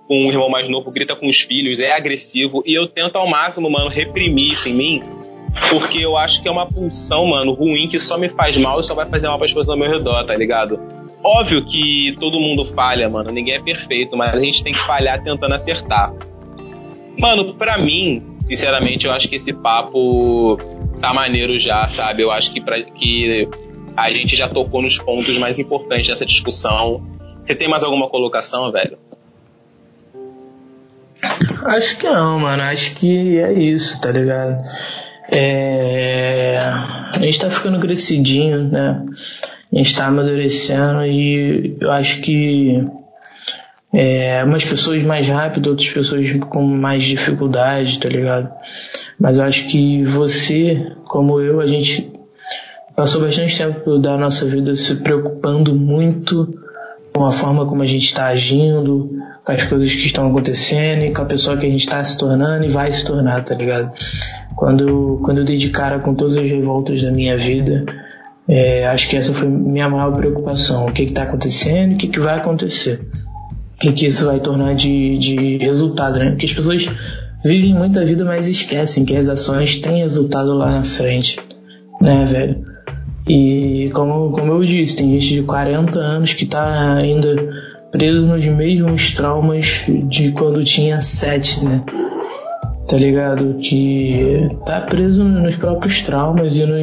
com um irmão mais novo, grita com os filhos, é agressivo. E eu tento ao máximo, mano, reprimir isso em mim. Porque eu acho que é uma pulsão, mano, ruim, que só me faz mal e só vai fazer mal para as pessoas ao meu redor, tá ligado? Óbvio que todo mundo falha, mano, ninguém é perfeito, mas a gente tem que falhar tentando acertar. Mano, pra mim, sinceramente, eu acho que esse papo tá maneiro já, sabe? Eu acho que a gente já tocou nos pontos mais importantes dessa discussão. Você tem mais alguma colocação, velho? Acho que não, mano. Acho que é isso, tá ligado? A gente tá ficando crescidinho, né? A gente tá amadurecendo e eu acho que umas pessoas mais rápido, outras pessoas com mais dificuldade, tá ligado? Mas eu acho que você, como eu, a gente passou bastante tempo da nossa vida se preocupando muito com a forma como a gente está agindo, com as coisas que estão acontecendo e com a pessoa que a gente está se tornando e vai se tornar, tá ligado? Quando eu dei de cara com todas as revoltas da minha vida, acho que essa foi minha maior preocupação. O que está acontecendo e o que vai acontecer. O que isso vai tornar de resultado, né? Porque as pessoas vivem muita vida, mas esquecem que as ações têm resultado lá na frente, né, velho? E como eu disse, tem gente de 40 anos que tá ainda preso nos mesmos traumas de quando tinha 7, né? Tá ligado? Que tá preso nos próprios traumas e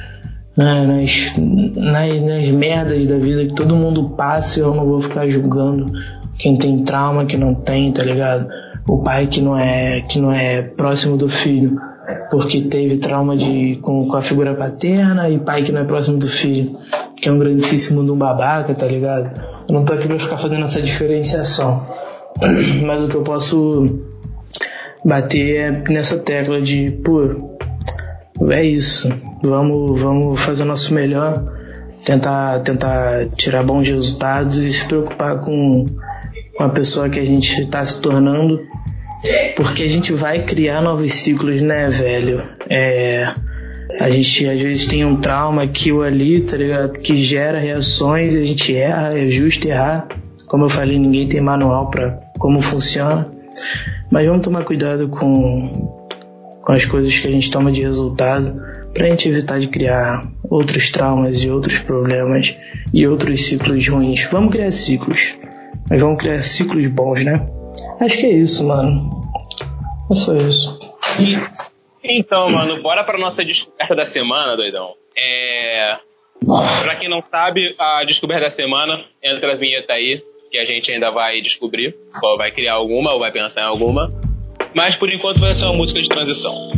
nas merdas da vida que todo mundo passa, e eu não vou ficar julgando quem tem trauma, que não tem, tá ligado? O pai que não é próximo do filho porque teve trauma com a figura paterna, e pai que não é próximo do filho, que é um grandíssimo de um babaca, tá ligado? Eu não tô aqui pra ficar fazendo essa diferenciação, mas o que eu posso bater é nessa tecla de, pô, é isso, vamos fazer o nosso melhor, tentar tirar bons resultados e se preocupar com a pessoa que a gente tá se tornando, porque a gente vai criar novos ciclos, né, velho? A gente às vezes tem um trauma aqui ou ali, tá ligado? Que gera reações, a gente erra, é justo errar. Como eu falei, ninguém tem manual pra como funciona. Mas vamos tomar cuidado com as coisas que a gente toma de resultado, pra gente evitar de criar outros traumas e outros problemas e outros ciclos ruins. Vamos criar ciclos, mas vamos criar ciclos bons, né? Acho que é isso, mano. É só isso. Então, mano, bora pra nossa descoberta da semana, doidão. Pra quem não sabe, a descoberta da semana, entra a vinheta aí, que a gente ainda vai descobrir. Ou vai criar alguma, ou vai pensar em alguma. Mas por enquanto vai ser uma música de transição.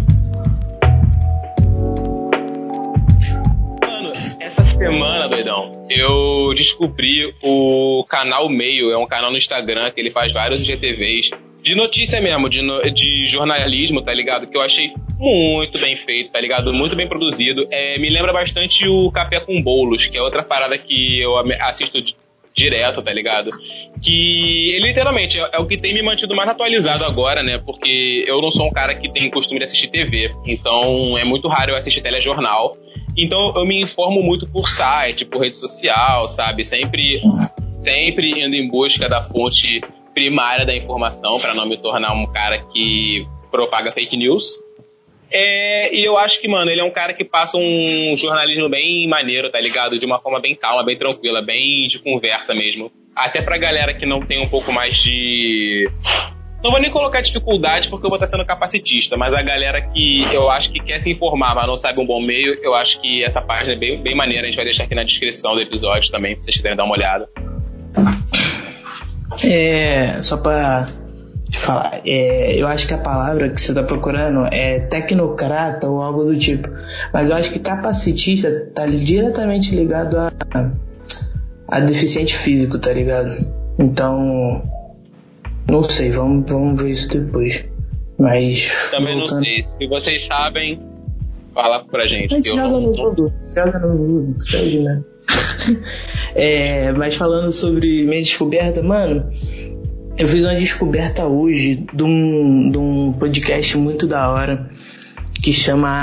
Mano, essa semana, doidão, eu descobri o canal Meio. É um canal no Instagram que ele faz vários GTVs de notícia mesmo, de jornalismo, tá ligado? Que eu achei muito bem feito, tá ligado? Muito bem produzido. Me lembra bastante o Café com Bolos, que é outra parada que eu assisto direto, tá ligado? Que literalmente é o que tem me mantido mais atualizado agora, né? Porque eu não sou um cara que tem costume de assistir TV, então é muito raro eu assistir telejornal. Então eu me informo muito por site, por rede social, sabe? Sempre indo em busca da fonte primária da informação, pra não me tornar um cara que propaga fake news. E eu acho que, mano, ele é um cara que passa um jornalismo bem maneiro, tá ligado? De uma forma bem calma, bem tranquila, bem de conversa mesmo. Até pra galera que não tem um pouco mais de... Não vou nem colocar dificuldade porque eu vou estar sendo capacitista, mas a galera que eu acho que quer se informar, mas não sabe um bom meio, eu acho que essa página é bem, bem maneira. A gente vai deixar aqui na descrição do episódio também, pra vocês quiserem dar uma olhada. Só pra te falar, eu acho que a palavra que você tá procurando é tecnocrata ou algo do tipo, mas eu acho que capacitista tá diretamente ligado a deficiente físico, tá ligado? Então, não sei, vamos ver isso depois. Mas também não sei, se vocês sabem, fala pra gente. Joga no Google, sei, né? Mas falando sobre minha descoberta, mano, eu fiz uma descoberta hoje de um podcast muito da hora que chama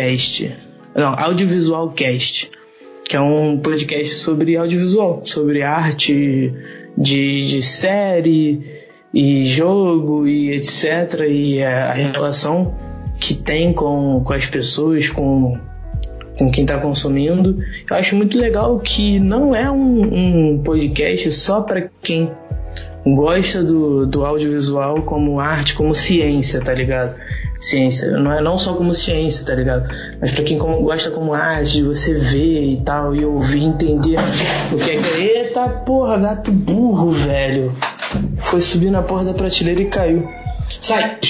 Audiovisualcast, que é um podcast sobre audiovisual, sobre arte de série, e jogo e etc. E a relação que tem com as pessoas, com quem está consumindo. Eu acho muito legal que não é um podcast só para quem gosta do audiovisual como arte, como ciência, tá ligado? Ciência, não só como ciência, tá ligado? Mas pra quem gosta como arte, de você ver e tal, e ouvir, entender o que é que... Eita porra, gato burro, velho. Foi subir na porra da prateleira e caiu. Sai!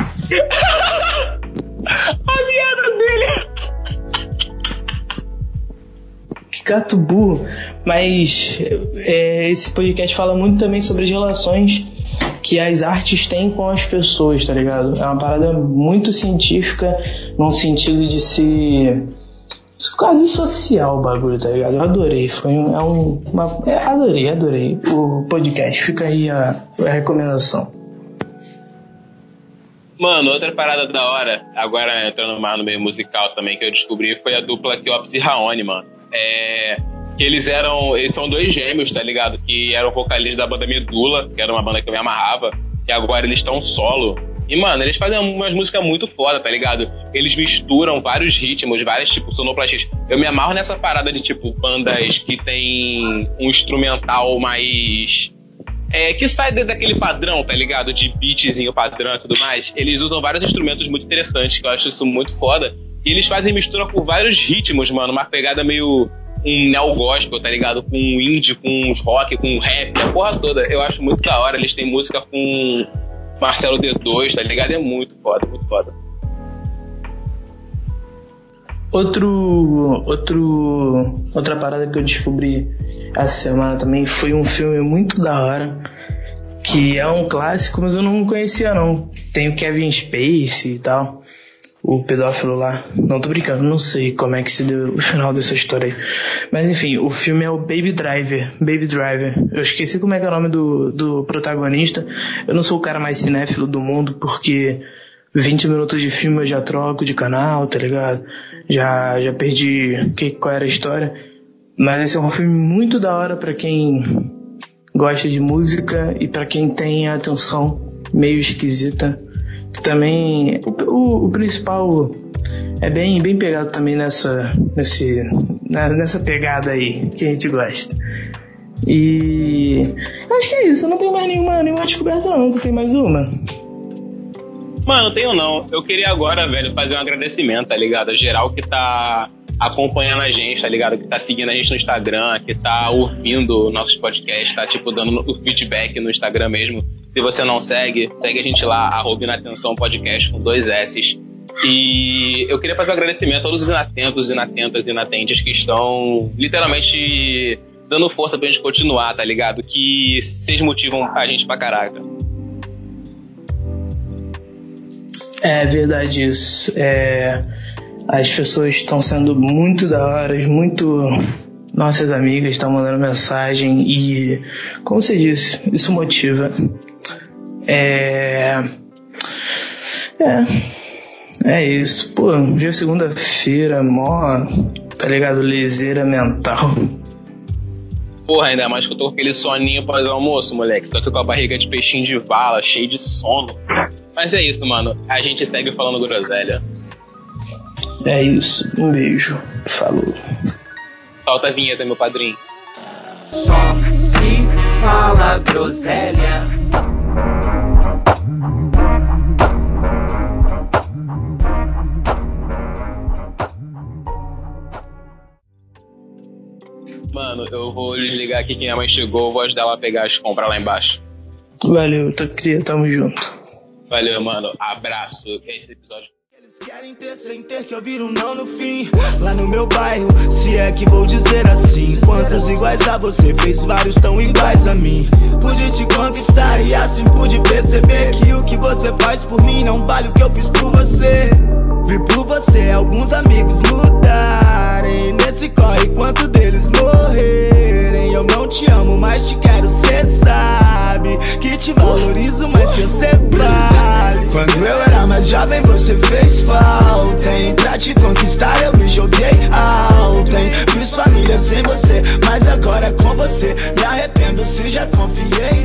A merda dele! Que gato burro. Mas esse podcast fala muito também sobre as relações que as artes têm com as pessoas, tá ligado? É uma parada muito científica, num sentido de ser quase social o bagulho, tá ligado? Eu adorei, adorei o podcast. Fica aí a recomendação. Mano, outra parada da hora, agora entrando mais no meio musical também, que eu descobri, foi a dupla Keops e Raoni, mano. Que eles são dois gêmeos, tá ligado? Que eram vocalistas da banda Medula, que era uma banda que eu me amarrava, e agora eles estão solo. E, mano, eles fazem umas músicas muito foda, tá ligado? Eles misturam vários ritmos, várias, tipo, sonoplastias. Eu me amarro nessa parada de, tipo, bandas que tem um instrumental mais... que sai daquele padrão, tá ligado? De beatzinho padrão e tudo mais. Eles usam vários instrumentos muito interessantes, que eu acho isso muito foda. E eles fazem mistura com vários ritmos, mano. Uma pegada meio... um neo-gospel, tá ligado? Com indie, com rock, com rap, a porra toda. Eu acho muito da hora. Eles têm música com Marcelo D2, tá ligado? É muito foda, muito foda. Outra parada que eu descobri essa semana também foi um filme muito da hora, que é um clássico, mas eu não conhecia não. Tem o Kevin Spacey e tal, o pedófilo lá. Não, tô brincando, não sei como é que se deu o final dessa história aí. Mas enfim, o filme é o Baby Driver. Eu esqueci como é que é o nome do protagonista. Eu não sou o cara mais cinéfilo do mundo, porque 20 minutos de filme eu já troco de canal, tá ligado? Já perdi qual era a história. Mas esse é um filme muito da hora pra quem gosta de música e pra quem tem a atenção meio esquisita. Que também o principal é bem pegado também nessa pegada aí que a gente gosta. E acho que é isso, eu não tenho mais nenhuma descoberta não. Tu tem mais uma? Mano, tenho não. Eu queria agora, velho, fazer um agradecimento, tá ligado? A geral que tá acompanhando a gente, tá ligado? Que tá seguindo a gente no Instagram, que tá ouvindo nossos podcasts, tá, tipo, dando o feedback no Instagram mesmo. Se você não segue a gente lá, @inatenção podcast com 2 S's. E eu queria fazer um agradecimento a todos os inatentos, inatentas e inatentes que estão literalmente dando força pra gente continuar, tá ligado? Que vocês motivam a gente pra caraca. É verdade isso. As pessoas estão sendo muito da hora, muito nossas amigas estão mandando mensagem e, como você disse, isso motiva. É isso. Pô, já é segunda-feira, tá ligado? Leseira mental. Porra, ainda mais que eu tô com aquele soninho pós-almoço, moleque. Tô aqui com a barriga de peixinho de vala, cheio de sono. Mas é isso, mano. A gente segue falando groselha. É isso. Um beijo. Falou. Solta a vinheta, meu padrinho. Só se fala groselha. Mano, eu vou desligar aqui que minha mãe chegou. Vou ajudar ela a pegar as compras lá embaixo. Valeu, tamo junto. Valeu, mano. Abraço. Esse episódio... Eles querem ter sem ter que ouvir um não no fim. Lá no meu bairro, se é que vou dizer assim. Quantas iguais a você fez, vários tão iguais a mim. Pude te conquistar e assim pude perceber que o que você faz por mim não vale o que eu fiz por você. Vi por você alguns amigos mudarem. Nesse corre quanto deles morrerem. Eu não te amo, mas te quero, cê sabe. Que te valorizo mais que você vale. Quando eu era mais jovem você fez falta, hein? Pra te conquistar eu me joguei alto, hein? Fiz família sem você, mas agora com você me arrependo se já confiei